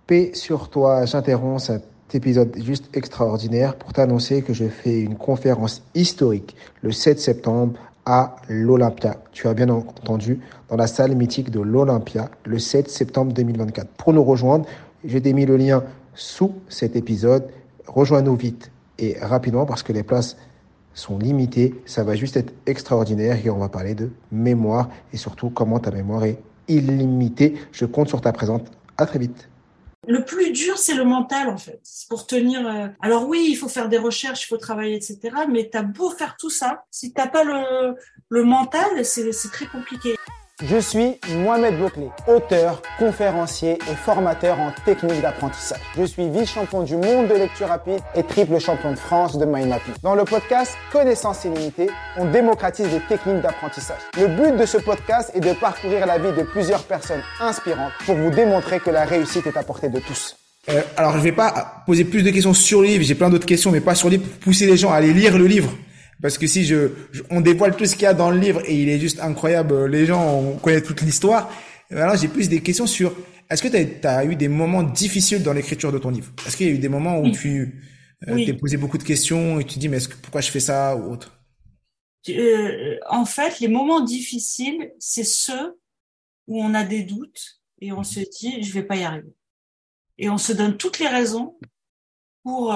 Paix sur toi, j'interromps cet épisode juste extraordinaire pour t'annoncer que je fais une conférence historique le 7 septembre à l'Olympia. Tu as bien entendu, dans la salle mythique de l'Olympia, le 7 septembre 2024. Pour nous rejoindre, j'ai mis le lien sous cet épisode. Rejoins-nous vite et rapidement parce que les places sont limitées. Ça va juste être extraordinaire et on va parler de mémoire et surtout comment ta mémoire est illimitée. Je compte sur ta présence. À très vite. Le plus dur, c'est le mental, en fait. C'est pour tenir. Alors oui, il faut faire des recherches, il faut travailler, etc. Mais t'as beau faire tout ça, si t'as pas le mental, c'est très compliqué. Je suis Mohamed Bouclé, auteur, conférencier et formateur en technique d'apprentissage. Je suis vice-champion du monde de lecture rapide et triple champion de France de mind mapping. Dans le podcast Connaissances illimitées, on démocratise les techniques d'apprentissage. Le but de ce podcast est de parcourir la vie de plusieurs personnes inspirantes pour vous démontrer que la réussite est à portée de tous. Alors, je vais pas poser plus de questions sur le livre, j'ai plein d'autres questions, mais pas sur le livre, pour pousser les gens à aller lire le livre. Parce que si on dévoile tout ce qu'il y a dans le livre et il est juste incroyable, les gens, on connaît toute l'histoire. Alors, j'ai plus des questions sur, est-ce que t'as eu des moments difficiles dans l'écriture de ton livre? Est-ce qu'il y a eu des moments où tu t'es posé beaucoup de questions et tu te dis, mais pourquoi je fais ça ou autre? En fait, les moments difficiles, c'est ceux où on a des doutes et on se dit, je vais pas y arriver. Et on se donne toutes les raisons pour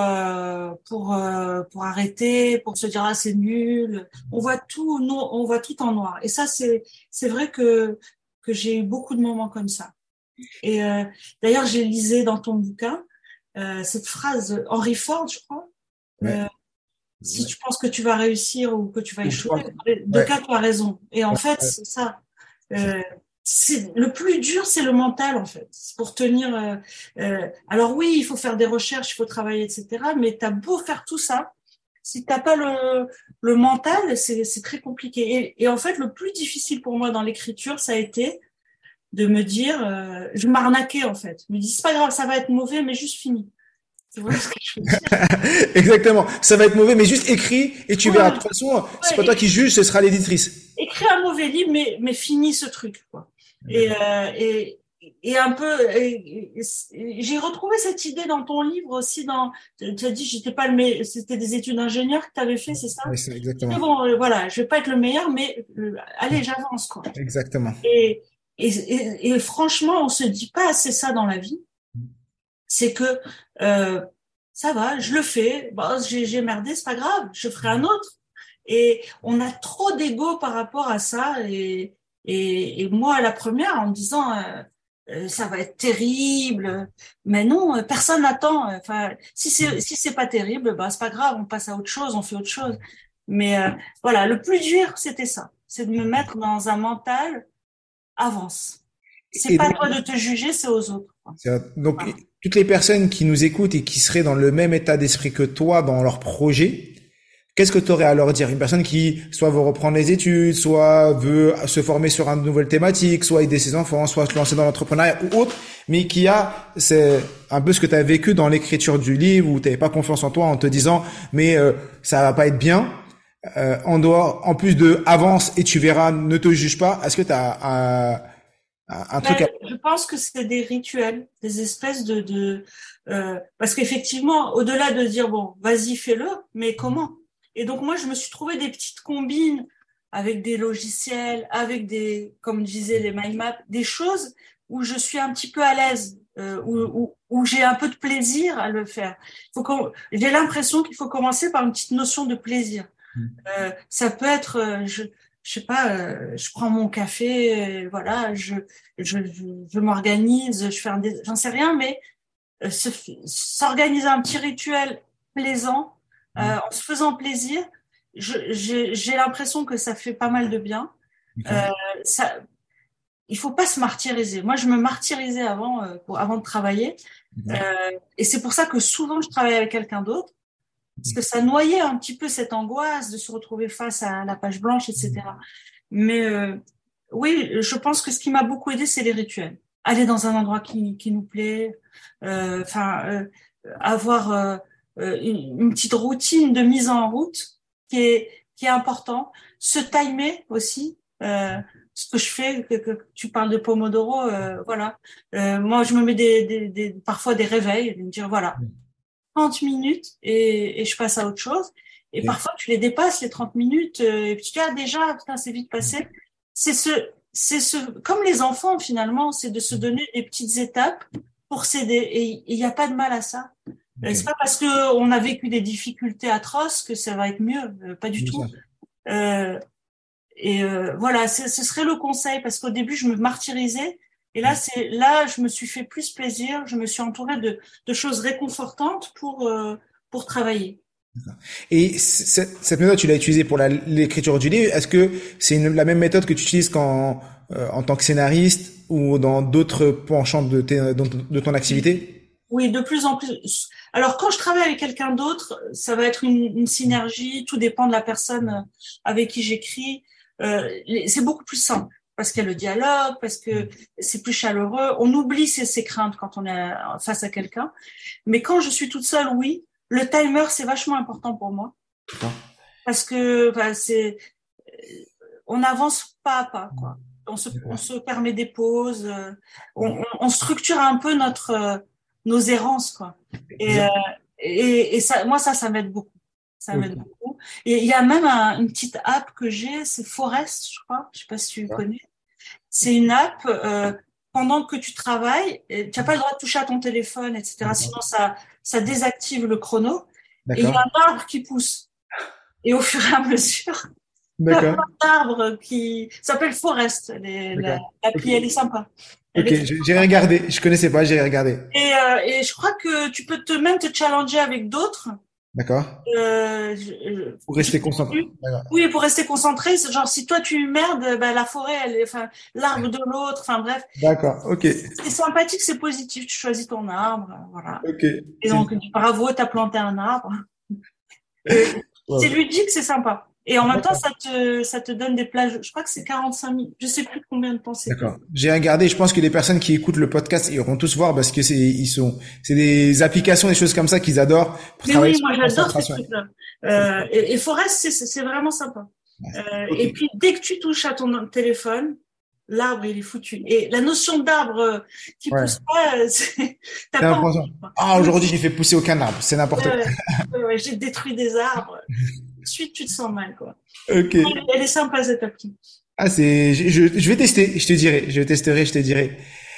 arrêter, pour se dire c'est nul. On voit tout en noir. Et ça c'est vrai que j'ai eu beaucoup de moments comme ça. Et d'ailleurs j'ai lisé dans ton bouquin cette phrase Henry Ford, je crois. Ouais. Si tu penses que tu vas réussir ou que tu vas échouer, Ouais. cas tu as raison. Et en fait c'est ça. Le plus dur, c'est le mental, en fait. C'est pour tenir. Alors oui, il faut faire des recherches, il faut travailler, etc. Mais t'as beau faire tout ça, si t'as pas le mental, c'est très compliqué. Et en fait, le plus difficile pour moi dans l'écriture, ça a été de me dire, je m'arnaquais en fait. Je me dis c'est pas grave, ça va être mauvais, mais juste fini. Tu vois ce que je veux dire? Exactement. Ça va être mauvais, mais juste écrit et tu verras. De toute façon, c'est pas toi qui juge, ce sera l'éditrice. Écris un mauvais livre, mais finis ce truc, quoi. Et un peu, j'ai retrouvé cette idée dans ton livre aussi. Tu as dit, c'était des études d'ingénieur que tu avais fait, c'est ça? Oui, c'est exactement. Mais bon, voilà, je vais pas être le meilleur, mais allez, j'avance, quoi. Exactement. Et franchement, on se dit pas assez ça dans la vie. C'est que ça va, je le fais. Bon, j'ai merdé, c'est pas grave, je ferai un autre. Et on a trop d'ego par rapport à ça. Et moi, à la première, en me disant, ça va être terrible. Mais non, personne n'attend. Enfin, si c'est pas terrible, bah, c'est pas grave, on passe à autre chose, on fait autre chose. Mais voilà, le plus dur, c'était ça. C'est de me mettre dans un mental, avance. C'est Et pas donc, toi de te juger, c'est aux autres. donc, Voilà. toutes les personnes qui nous écoutent et qui seraient dans le même état d'esprit que toi dans leur projet, qu'est-ce que tu aurais à leur dire? Une personne qui soit veut reprendre les études, soit veut se former sur une nouvelle thématique, soit aider ses enfants, soit se lancer dans l'entrepreneuriat ou autre, mais c'est un peu ce que tu as vécu dans l'écriture du livre où tu n'avais pas confiance en toi en te disant mais ça va pas être bien. En plus de avance et tu verras, ne te juge pas. Est-ce que tu as un truc à... Je pense que c'est des rituels, des espèces parce qu'effectivement, au-delà de dire bon, vas-y, fais-le, mais comment? Et donc moi, je me suis trouvé des petites combines avec des logiciels, avec comme je disais, les mind maps, des choses où je suis un petit peu à l'aise, où j'ai un peu de plaisir à le faire. J'ai l'impression qu'il faut commencer par une petite notion de plaisir. Ça peut être, je sais pas, je prends mon café, voilà, je m'organise, je fais j'en sais rien, mais s'organiser un petit rituel plaisant, en se faisant plaisir, j'ai l'impression que ça fait pas mal de bien. Ça, il faut pas se martyriser. Moi, je me martyrisais avant de travailler, et c'est pour ça que souvent je travaille avec quelqu'un d'autre. Parce que ça noyait un petit peu cette angoisse de se retrouver face à la page blanche, etc. Mais oui, je pense que ce qui m'a beaucoup aidé, c'est les rituels. Aller dans un endroit qui nous plaît, avoir une petite routine de mise en route qui est important. Se timer aussi. ce que je fais, que tu parles de Pomodoro, voilà. Moi, je me mets parfois des réveils, de me dire voilà, 30 minutes et je passe à autre chose. Et Ok. parfois, tu les dépasses, les 30 minutes, et puis tu dis, ah, déjà, putain, c'est vite passé. Comme les enfants, finalement, c'est de se donner des petites étapes pour s'aider. Et il n'y a pas de mal à ça. Ok. C'est pas parce que on a vécu des difficultés atroces que ça va être mieux. Pas du C'est ça. tout. Euh, voilà, ce serait le conseil parce qu'au début, je me martyrisais. Et là, je me suis fait plus plaisir. Je me suis entourée de choses réconfortantes pour travailler. Et cette méthode, tu l'as utilisée pour l'écriture du livre. Est-ce que c'est la même méthode que tu utilises en tant que scénariste ou dans d'autres penchants de ton activité? Oui, de plus en plus. Alors, quand je travaille avec quelqu'un d'autre, ça va être une synergie. Tout dépend de la personne avec qui j'écris. C'est beaucoup plus simple parce qu'il y a le dialogue, parce que c'est plus chaleureux. On oublie ses craintes quand on est face à quelqu'un. Mais quand je suis toute seule, oui, le timer, c'est vachement important pour moi D'accord. parce que on avance pas à pas, quoi. On se permet des pauses, on structure un peu nos errances, quoi. Et, euh, Exact. et ça, moi, ça m'aide beaucoup. Ça Ok. m'aide beaucoup. Et il y a même une petite app que j'ai, c'est Forest, je crois. Je sais pas si tu connais. C'est une app, pendant que tu travailles, tu n'as pas le droit de toucher à ton téléphone, etc. D'accord. Sinon, ça désactive le chrono. Et il y a D'accord. un arbre qui pousse. Et au fur et à mesure, il y a plein D'accord. d'arbres qui ça s'appelle Forest. D'accord. Ok. L'appli, elle est sympa. Elle Ok. est très J'ai sympa. regardé. Je connaissais pas. J'ai regardé. Et je crois que tu peux même te challenger avec d'autres. D'accord. Pour Je rester sais concentré. plus. D'accord. Oui, pour rester concentré, c'est genre si toi tu merdes, ben, la forêt, enfin l'arbre de l'autre, enfin bref, D'accord. Ok. c'est sympathique, c'est positif. Tu choisis ton arbre, voilà. Ok. Et C'est donc bravo, t'as planté un arbre. Et c'est wow. ludique, c'est sympa. Et en même temps, D'accord. ça te donne des plages. Je crois que c'est 45 minutes. Je sais plus combien de temps c'était. D'accord. J'ai regardé. Je pense que les personnes qui écoutent le podcast ils iront tous voir parce que c'est des applications, des choses comme ça qu'ils adorent pour Mais travailler oui, sur moi la j'adore ces concentration. trucs-là. Et Forest, c'est vraiment sympa. Ok. Et puis dès que tu touches à ton téléphone, l'arbre il est foutu. Et la notion d'arbre qui Ouais. pousse pas, t'as T'as pas l'impression. envie, quoi. Ah, aujourd'hui, j'ai fait pousser aucun arbre. C'est n'importe quoi. Ouais, j'ai détruit des arbres. Ensuite, tu te sens mal, quoi. Ok. Elle est sympa cette appli. Ah, je vais tester. Je te dirai. Je testerai. Je te dirai.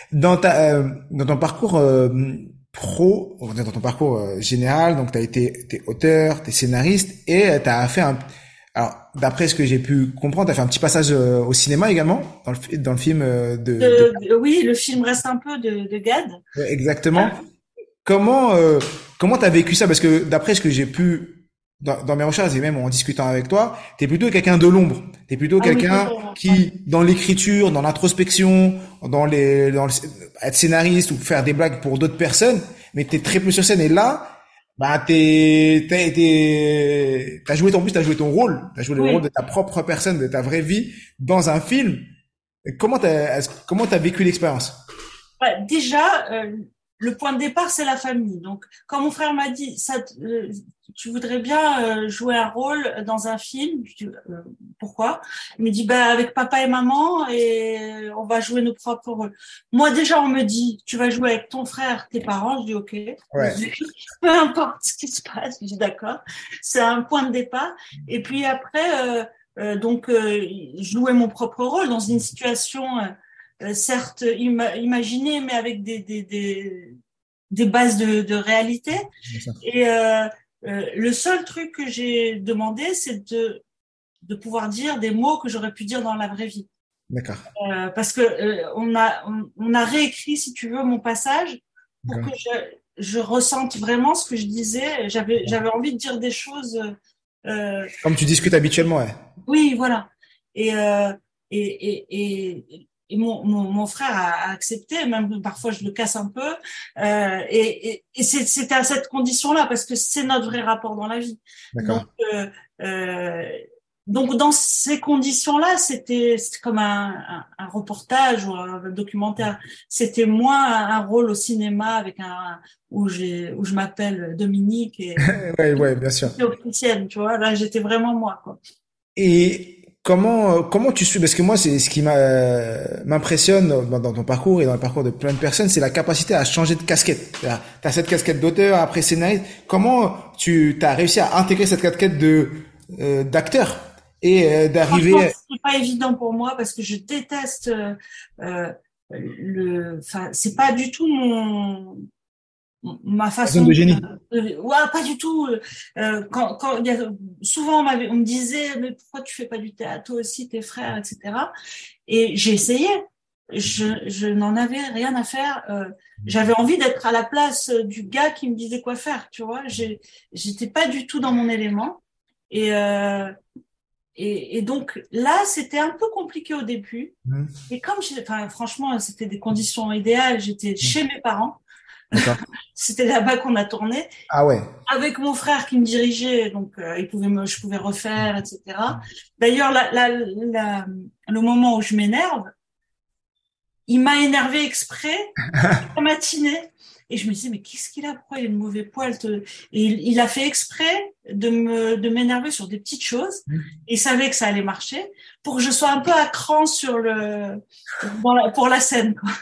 Dans ton parcours pro, dans ton parcours général, donc t'es auteur, t'es scénariste et t'as fait alors d'après ce que j'ai pu comprendre, t'as fait un petit passage au cinéma également dans le film Oui, le film reste un peu de Gad. Ouais, exactement. Comment comment t'as vécu ça? Parce que d'après ce que j'ai pu dans mes recherches et même en discutant avec toi, t'es plutôt quelqu'un de l'ombre. T'es plutôt Ah oui, quelqu'un totalement. Ouais. qui, dans l'écriture, dans l'introspection, être scénariste ou faire des blagues pour d'autres personnes, mais t'es très peu sur scène. Et là, bah t'as joué t'as joué ton rôle. T'as joué le rôle Oui. de ta propre personne, de ta vraie vie dans un film. Et comment t'as vécu l'expérience? Ouais, déjà, le point de départ, c'est la famille. Donc, quand mon frère m'a dit, tu voudrais bien jouer un rôle dans un film, je dis, pourquoi? Il me dit, bah, avec papa et maman, et on va jouer nos propres rôles. Moi, déjà, on me dit, tu vas jouer avec ton frère, tes parents. Je dis, ok, Ouais, vas-y. Peu importe ce qui se passe. Je dis, d'accord. C'est un point de départ. Et puis après, jouer mon propre rôle dans une situation certes imaginé, mais avec des bases de réalité. c'est ça. Et le seul truc que j'ai demandé, c'est de pouvoir dire des mots que j'aurais pu dire dans la vraie vie. D'accord. Parce que on a réécrit, si tu veux, mon passage pour que D'accord. je ressente vraiment ce que je disais. J'avais envie de dire des choses. Comme tu discutes habituellement, ouais. Oui, voilà. Et, euh, et mon frère a accepté, même parfois je le casse un peu. C'était à cette condition-là, parce que c'est notre vrai rapport dans la vie. Donc, D'accord. euh, donc dans ces conditions-là, c'était comme un reportage ou un documentaire. C'était moins un rôle au cinéma avec où je m'appelle Dominique et Ouais, ouais, bien sûr. c'est officiel, tu vois. Là, j'étais vraiment moi, quoi. Et comment tu suis, parce que moi, c'est ce qui m'impressionne dans ton parcours et dans le parcours de plein de personnes, c'est la capacité à changer de casquette. T'as cette casquette d'auteur, après scénariste. Comment tu t'as réussi à intégrer cette casquette d'acteur et Franchement, d'arriver. c'est pas évident pour moi parce que je déteste enfin, c'est pas du tout ma La zone façon de génie. ouais, pas du tout. Quand souvent on me disait mais pourquoi tu fais pas du théâtre toi aussi tes frères etc. Et j'ai essayé. Je n'en avais rien à faire. J'avais envie d'être à la place du gars qui me disait quoi faire. Tu vois, j'étais pas du tout dans mon élément. Et et donc là, c'était un peu compliqué au début. Mhm. Et comme enfin, franchement, c'était des conditions idéales. J'étais chez mes parents. D'accord. C'était là-bas qu'on a tourné. Ah ouais. Avec mon frère qui me dirigeait, donc je pouvais refaire, etc. D'ailleurs, le moment où je m'énerve, il m'a énervé exprès la matinée. Et je me disais, mais qu'est-ce qu'il a? Pourquoi il a de mauvais poil? Et il a fait exprès de m'énerver sur des petites choses. Et il savait que ça allait marcher pour que je sois un peu à cran pour la scène, quoi.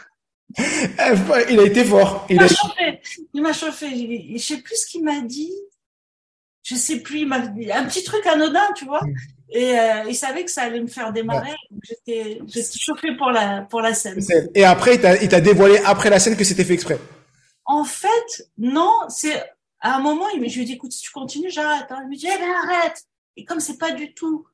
Il a été fort. Il m'a chauffé. Je sais plus ce qu'il m'a dit. Je sais plus. Il m'a dit un petit truc anodin, tu vois. Et il savait que ça allait me faire démarrer. Ouais. Donc j'étais chauffée pour la scène. Et après, il t'a dévoilé après la scène que c'était fait exprès. En fait, non, c'est à un moment, je lui ai dit, écoute, si tu continues, j'arrête. Hein. Il me dit, eh ben, arrête. Et comme c'est pas du tout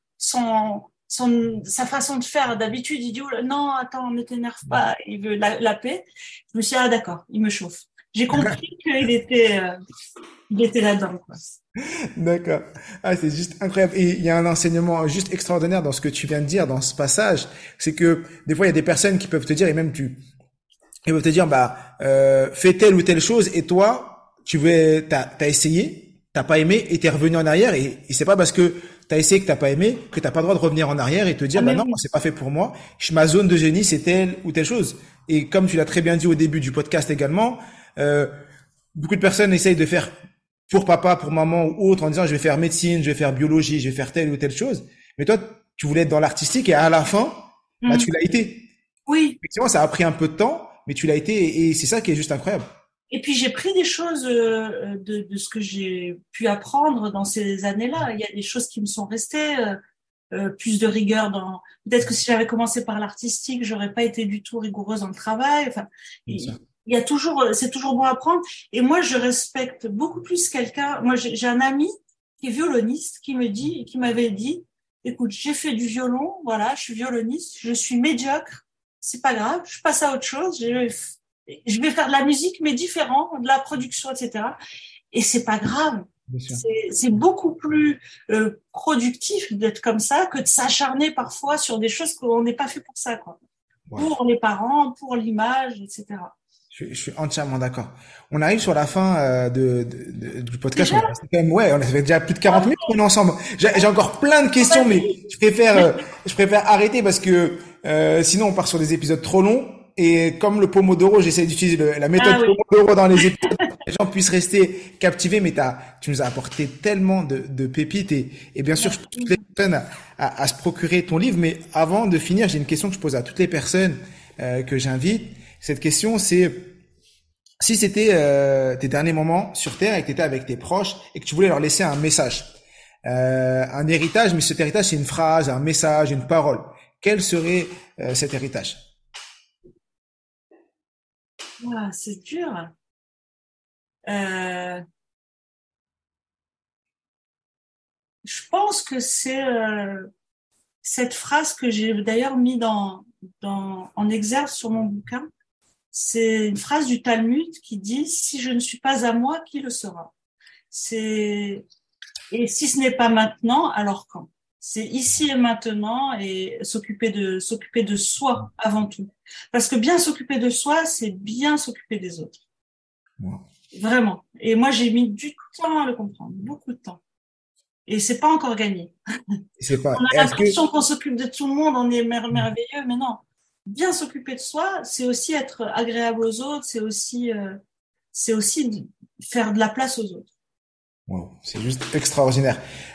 sa façon de faire, d'habitude, il dit, oh, non, attends, ne t'énerve pas. Il veut la paix. Je me suis dit, ah, d'accord, il me chauffe. J'ai compris qu'il était là-dedans, quoi. D'accord. Ah, c'est juste incroyable. Et il y a un enseignement juste extraordinaire dans ce que tu viens de dire, dans ce passage. C'est que des fois, il y a des personnes qui peuvent te dire, et même ils peuvent te dire, fais telle ou telle chose, et toi, t'as essayé, t'as pas aimé, et t'es revenu en arrière, et c'est pas parce que t'as essayé que t'as pas aimé, que t'as pas le droit de revenir en arrière et te dire, non, Oui. c'est pas fait pour moi. Ma zone de génie, c'est telle ou telle chose. Et comme tu l'as très bien dit au début du podcast également, beaucoup de personnes essayent de faire pour papa, pour maman ou autre en disant, je vais faire médecine, je vais faire biologie, je vais faire telle ou telle chose. Mais toi, tu voulais être dans l'artistique et à la fin, tu l'as été. Oui. Effectivement, ça a pris un peu de temps, mais tu l'as été et c'est ça qui est juste incroyable. Et puis j'ai pris des choses de ce que j'ai pu apprendre dans ces années-là. Il y a des choses qui me sont restées, plus de rigueur peut-être que si j'avais commencé par l'artistique, j'aurais pas été du tout rigoureuse dans le travail. Enfin, il y a c'est toujours bon à apprendre. Et moi, je respecte beaucoup plus quelqu'un. Moi, j'ai un ami qui est violoniste qui m'avait dit, écoute, j'ai fait du violon, voilà, je suis violoniste, je suis médiocre, c'est pas grave, je passe à autre chose, je vais faire de la musique, mais différent, de la production, etc. Et c'est pas grave. C'est beaucoup plus productif d'être comme ça que de s'acharner parfois sur des choses qu'on n'est pas fait pour ça, quoi. Wow. Pour les parents, pour l'image, etc. Je suis entièrement d'accord. On arrive sur la fin du podcast. On fait déjà plus de 40 minutes qu'on est ensemble. J'ai encore plein de questions, mais je préfère arrêter parce que sinon on part sur des épisodes trop longs. Et comme le Pomodoro, j'essaie d'utiliser la méthode Pomodoro dans les épisodes, pour que les gens puissent rester captivés, mais tu nous as apporté tellement de pépites et bien sûr, je pousse toutes les personnes à se procurer ton livre. Mais avant de finir, j'ai une question que je pose à toutes les personnes que j'invite. Cette question, c'est si c'était tes derniers moments sur Terre et que tu étais avec tes proches et que tu voulais leur laisser un message, un héritage, mais cet héritage, c'est une phrase, un message, une parole. Quel serait cet héritage? Ah, c'est dur. Je pense que c'est cette phrase que j'ai d'ailleurs mis en exergue sur mon bouquin. C'est une phrase du Talmud qui dit « Si je ne suis pas à moi, qui le sera ?» Et si ce n'est pas maintenant, alors quand? C'est ici et maintenant et s'occuper de soi avant tout. Parce que bien s'occuper de soi, c'est bien s'occuper des autres. Wow. Vraiment. Et moi, j'ai mis du temps à le comprendre, beaucoup de temps. Et c'est pas encore gagné. C'est pas. On a l'impression qu'on s'occupe de tout le monde, on est merveilleux, mais non. Bien s'occuper de soi, c'est aussi être agréable aux autres, c'est aussi faire de la place aux autres. Wow, c'est juste extraordinaire.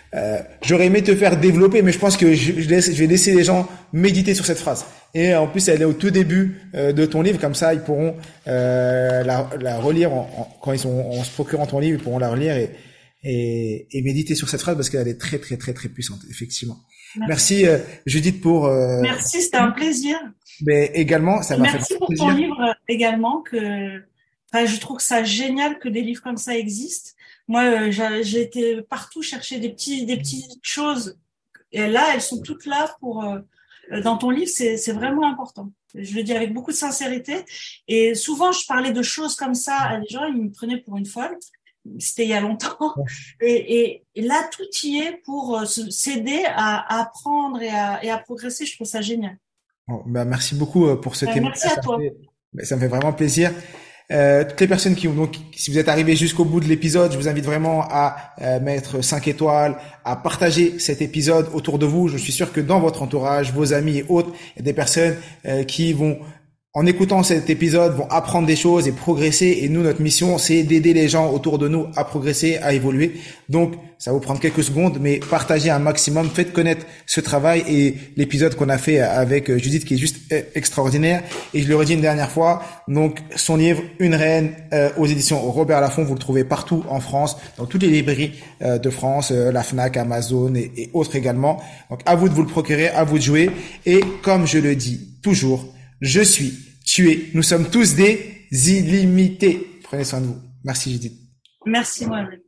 J'aurais aimé te faire développer, mais je pense que je vais laisser les gens méditer sur cette phrase. Et en plus, elle est au tout début de ton livre, comme ça, ils pourront la relire quand ils sont en se procurant ton livre, ils pourront la relire et méditer sur cette phrase parce qu'elle est très très très très puissante, effectivement. Merci Judith pour. Merci, c'était un plaisir. Mais également, ça m'a fait plaisir. Merci pour ton livre également je trouve que ça génial que des livres comme ça existent. Moi, j'ai été partout chercher des petites choses. Et là, elles sont toutes là dans ton livre, c'est vraiment important. Je le dis avec beaucoup de sincérité. Et souvent, je parlais de choses comme ça à des gens, ils me prenaient pour une folle. C'était il y a longtemps. Et là, tout y est pour s'aider à apprendre et à progresser. Je trouve ça génial. Bon, merci beaucoup pour ce témoignage. Merci à toi. Ça me fait vraiment plaisir. Toutes les personnes si vous êtes arrivés jusqu'au bout de l'épisode, je vous invite vraiment à mettre 5 étoiles, à partager cet épisode autour de vous. Je suis sûr que dans votre entourage, vos amis et autres, il y a des personnes qui vont, en écoutant cet épisode, vont apprendre des choses et progresser. Et nous, notre mission, c'est d'aider les gens autour de nous à progresser, à évoluer. Donc, ça va vous prendre quelques secondes, mais partagez un maximum, faites connaître ce travail et l'épisode qu'on a fait avec Judith qui est juste extraordinaire. Et je le redis une dernière fois, donc son livre Une reine aux éditions Robert Laffont, vous le trouvez partout en France, dans toutes les librairies de France, la Fnac, Amazon et autres également. Donc à vous de vous le procurer, à vous de jouer. Et comme je le dis toujours, je suis, tu es, nous sommes tous des illimités. Prenez soin de vous. Merci Judith. Merci moi-même.